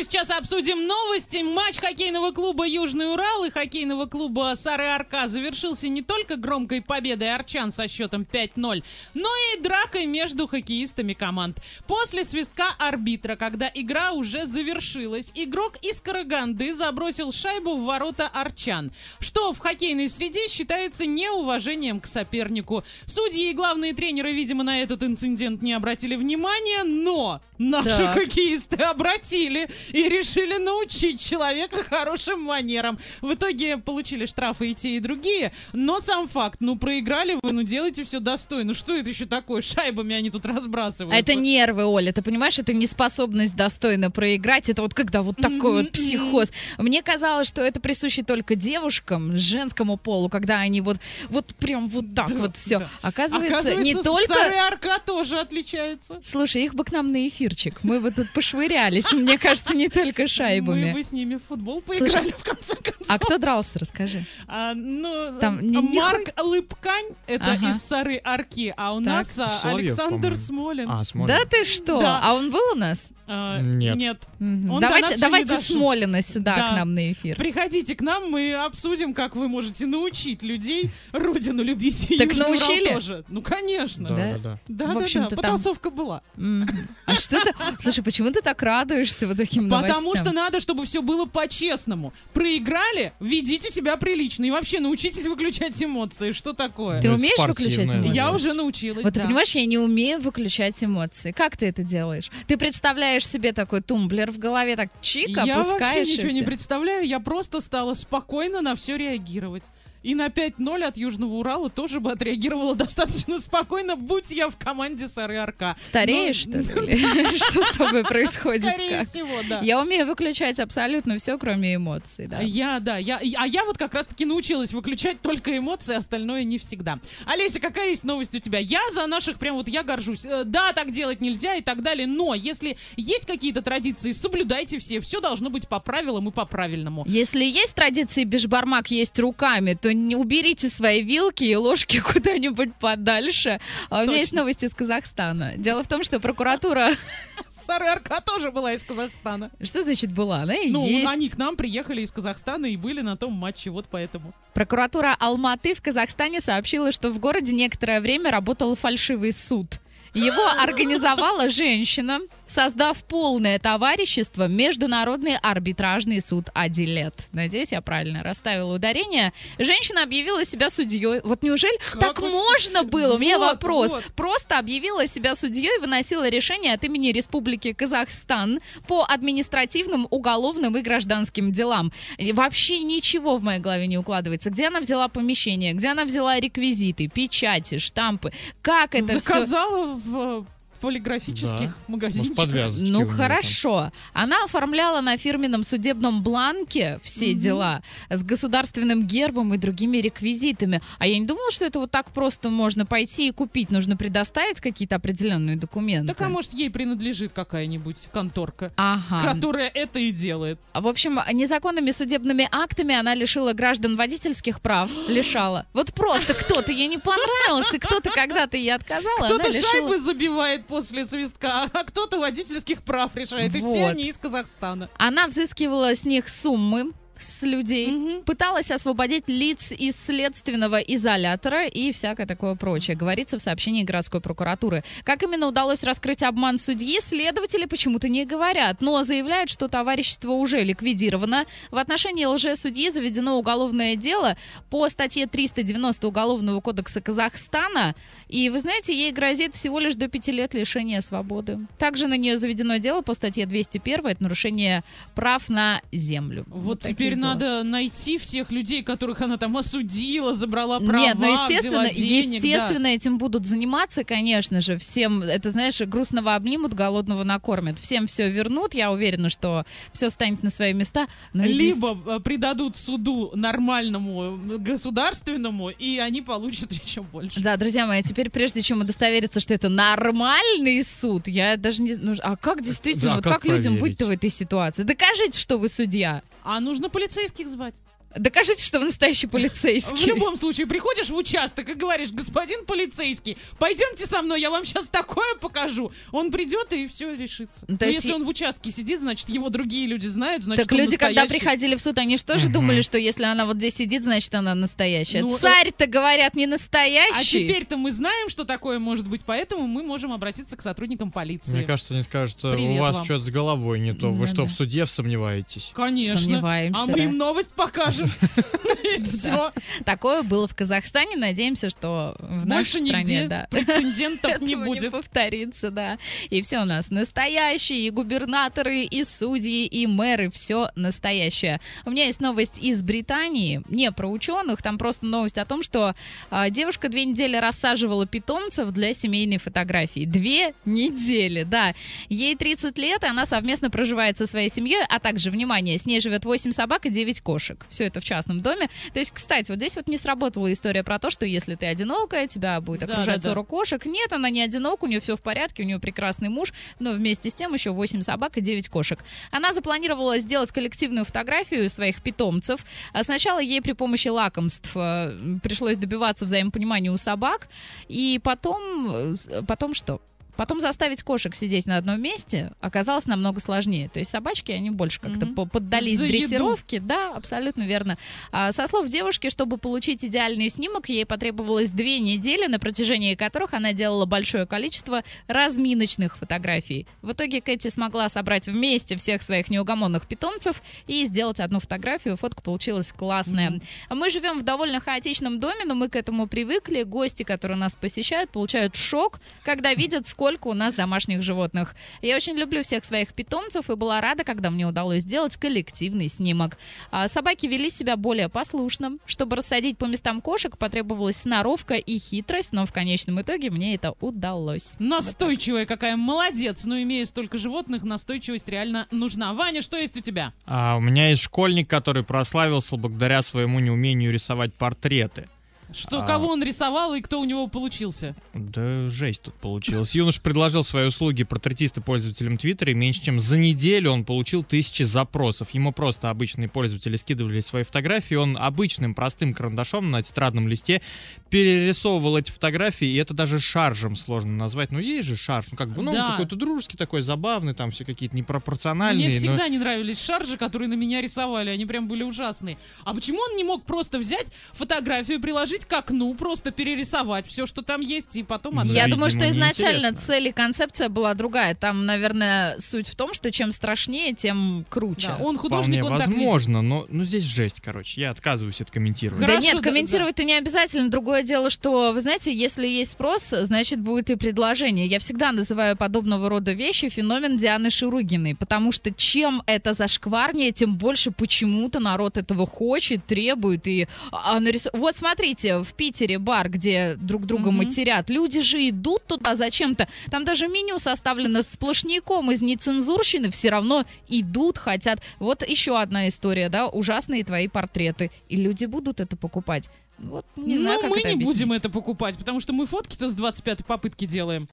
сейчас обсудим новости. Матч хоккейного клуба «Южный Урал» и хоккейного клуба «Сары-Арка» завершился не только громкой победой арчан со счетом 5-0, но и дракой между хоккеистами команд. После свистка арбитра, когда игра уже завершилась, игрок из Караганды забросил шайбу в ворота арчан, что в хоккейной среде считается неуважением к сопернику. Судьи и главные тренеры, видимо, на этот инцидент не обратили внимания, но наши хоккеисты обратили и решили научить человека хорошим манерам. В итоге получили штрафы и те, и другие, но сам факт, проиграли вы, делайте все достойно. Что это еще такое? Шайбами они тут разбрасывают. Это нервы, Оля, ты понимаешь, это неспособность достойно проиграть, это вот когда вот такой вот психоз. Мне казалось, что это присуще только девушкам, женскому полу, когда они вот прям вот так все. Да. Оказывается, не только... Сары-Арка тоже отличается. Слушай, их бы к нам на эфирчик. Мы бы тут пошвырялись, мне кажется, не только шайбами. Мы бы с ними в футбол поиграли, в конце концов. А кто дрался, расскажи. Марк Лыпкань, это из Сары-Арки, а у нас Александр Смолин. Да ты что? Да. А он был у нас? Нет. Давайте Смолина сюда к нам на эфир. Приходите к нам, мы обсудим, как вы можете научить людей родину любить. И так Южный научили? Урал тоже. Конечно. Да. Потасовка была. А что ты... Слушай, почему ты так радуешься вот таким новостям? Потому что надо, чтобы все было по-честному. Проиграли, ведите себя прилично. И вообще научитесь выключать эмоции. Что такое? Ты умеешь выключать эмоции? Я уже научилась, Вот ты понимаешь, я не умею выключать эмоции. Как ты это делаешь? Ты представляешь себе такой тумблер в голове, так чик, опускаешь. Я вообще ничего и не все. представляю. Я просто стала спокойно на все реагировать. И на 5-0 от Южного Урала тоже бы отреагировала достаточно спокойно, будь я в команде Сары-Арка. Стареешь, что ли? Что с тобой происходит? Скорее всего, да. Я умею выключать абсолютно все, кроме эмоций. Да. Я вот как раз-таки научилась выключать только эмоции, остальное не всегда. Олеся, какая есть новость у тебя? Я за наших я горжусь. Да, так делать нельзя и так далее, но если есть какие-то традиции, соблюдайте все должно быть по правилам и по правильному. Если есть традиции бешбармак есть руками, то не уберите свои вилки и ложки куда-нибудь подальше. А у меня есть новости из Казахстана. Дело в том, что прокуратура... Сары-Арка тоже была из Казахстана. Что значит была? Она и есть. Они к нам приехали из Казахстана и были на том матче, вот поэтому. Прокуратура Алматы в Казахстане сообщила, что в городе некоторое время работал фальшивый суд. Его организовала женщина, создав полное товарищество Международный арбитражный суд «Адилет». Надеюсь, я правильно расставила ударение. Женщина объявила себя судьей. Вот неужели так можно было? У меня вопрос. Просто объявила себя судьей, выносила решение от имени Республики Казахстан по административным, уголовным и гражданским делам. И вообще ничего в моей голове не укладывается. Где она взяла помещение? Где она взяла реквизиты, печати, штампы? Как это Заказала в полиграфических магазинчиках. Хорошо. Она оформляла на фирменном судебном бланке все дела с государственным гербом и другими реквизитами. А я не думала, что это вот так просто можно пойти и купить. Нужно предоставить какие-то определенные документы. Так, а может, ей принадлежит какая-нибудь конторка, которая это и делает. В общем, незаконными судебными актами она лишила граждан водительских прав. Лишала. Вот просто кто-то ей не понравился, кто-то когда-то ей отказал. Кто-то шайбы забивает после свистка, а кто-то водительских прав решает. И все они из Казахстана. Она взыскивала с них суммы с людей, пыталась освободить лиц из следственного изолятора и всякое такое прочее, говорится в сообщении городской прокуратуры. Как именно удалось раскрыть обман судьи, следователи почему-то не говорят, но заявляют, что товарищество уже ликвидировано. В отношении лжесудьи заведено уголовное дело по статье 390 Уголовного кодекса Казахстана, и, вы знаете, ей грозит всего лишь до 5 лет лишения свободы. Также на нее заведено дело по статье 201, это нарушение прав на землю. Вот теперь надо найти всех людей, которых она там осудила, забрала права, взяла денег. Естественно, этим будут заниматься, конечно же. Всем, это, знаешь, грустного обнимут, голодного накормят. Всем все вернут, я уверена, что все встанет на свои места. Но либо придадут суду нормальному, государственному, и они получат еще больше. Да, друзья мои, теперь прежде чем удостовериться, что это нормальный суд, я даже не... А как действительно, как людям быть-то в этой ситуации? Докажите, что вы судья. А нужно полицейских звать. Докажите, что вы настоящий В полицейский. любом случае, приходишь в участок и говоришь: господин полицейский, пойдемте со мной, я вам сейчас такое покажу. Он придет и все решится. То Но есть если он в участке сидит, значит, его другие люди знают, значит, Так он люди, когда настоящий. приходили в суд, они же тоже думали, что если она вот здесь сидит, значит, она настоящая. Ну, Царь-то, говорят, не настоящий. А теперь-то мы знаем, что такое может быть, поэтому мы можем обратиться к сотрудникам полиции. Мне кажется, они скажут, что у Привет вас вам. что-то с головой не то. Вы что, Да-да. в суде сомневаетесь? Конечно. Сомневаемся, А мы да. им новость покажем. И все. Такое было в Казахстане. Надеемся, что в Больше нашей стране, нигде да, прецедентов не этого будет. повторится, да. И все у нас настоящие, и губернаторы, и судьи, и мэры, все настоящее. У меня есть новость из Британии, не про ученых, там просто новость о том, что девушка 2 недели рассаживала питомцев для семейной фотографии. 2 недели, да. Ей 30 лет, и она совместно проживает со своей семьей, а также, внимание, с ней живет 8 собак и 9 кошек. Все это в частном доме. То есть, кстати, вот здесь вот не сработала история про то, что если ты одинокая, тебя будет Да, окружать да, да. 40 кошек. Нет, она не одинока, у нее все в порядке, у нее прекрасный муж, но вместе с тем еще 8 собак и 9 кошек. Она запланировала сделать коллективную фотографию своих питомцев. А сначала ей при помощи лакомств пришлось добиваться взаимопонимания у собак, и потом что? Потом заставить кошек сидеть на одном месте оказалось намного сложнее. То есть собачки, они больше как-то поддались За еду. дрессировке. Да, абсолютно верно. Со слов девушки, чтобы получить идеальный снимок, ей потребовалось 2 недели, на протяжении которых она делала большое количество разминочных фотографий. В итоге Кэти смогла собрать вместе всех своих неугомонных питомцев и сделать одну фотографию. Фотка получилась классная. Мы живем в довольно хаотичном доме, но мы к этому привыкли. Гости, которые нас посещают, получают шок, когда видят, сколько у нас домашних животных. Я очень люблю всех своих питомцев и была рада, когда мне удалось сделать коллективный снимок. Собаки вели себя более послушно. Чтобы рассадить по местам кошек, потребовалась сноровка и хитрость, но в конечном итоге мне это удалось. Настойчивая какая, молодец. Но имея столько животных, настойчивость реально нужна. Ваня, что есть у тебя? У меня есть школьник, который прославился благодаря своему неумению рисовать портреты. Кого он рисовал и кто у него получился? Да жесть тут получилось. Юноша предложил свои услуги портретиста пользователям Твиттера, и меньше чем за неделю он получил 1000 запросов. Ему просто обычные пользователи скидывали свои фотографии, он обычным простым карандашом на тетрадном листе перерисовывал эти фотографии, и это даже шаржем сложно назвать. Ну есть же шарж, Да. какой-то дружеский такой, забавный, там все какие-то непропорциональные. Мне но- всегда не нравились шаржи, которые на меня рисовали. Они прям были ужасные. А почему он не мог просто взять фотографию, приложить к окну, просто перерисовать все, что там есть, и потом отдать? Я видимо, думаю, что изначально неинтересно. цель и концепция была другая. Там, наверное, суть в том, что чем страшнее, тем круче. Да, он Вполне художник, он так видит. возможно, но здесь жесть, короче. Я отказываюсь это комментировать. Да Хорошо, нет, да, комментировать-то не обязательно. Другое дело, что, вы знаете, если есть спрос, значит, будет и предложение. Я всегда называю подобного рода вещи феномен Дианы Шуругиной, потому что чем это зашкварнее, тем больше почему-то народ этого хочет, требует. Вот смотрите, в Питере бар, где друг друга матерят, люди же идут туда зачем-то. Там даже меню составлено сплошняком из нецензурщины, все равно идут, хотят. Вот еще одна история, да, ужасные твои портреты. И люди будут это покупать. Вот, не знаю, Ну, как мы это не объяснить. будем это покупать, потому что мы фотки-то с 25-й попытки делаем.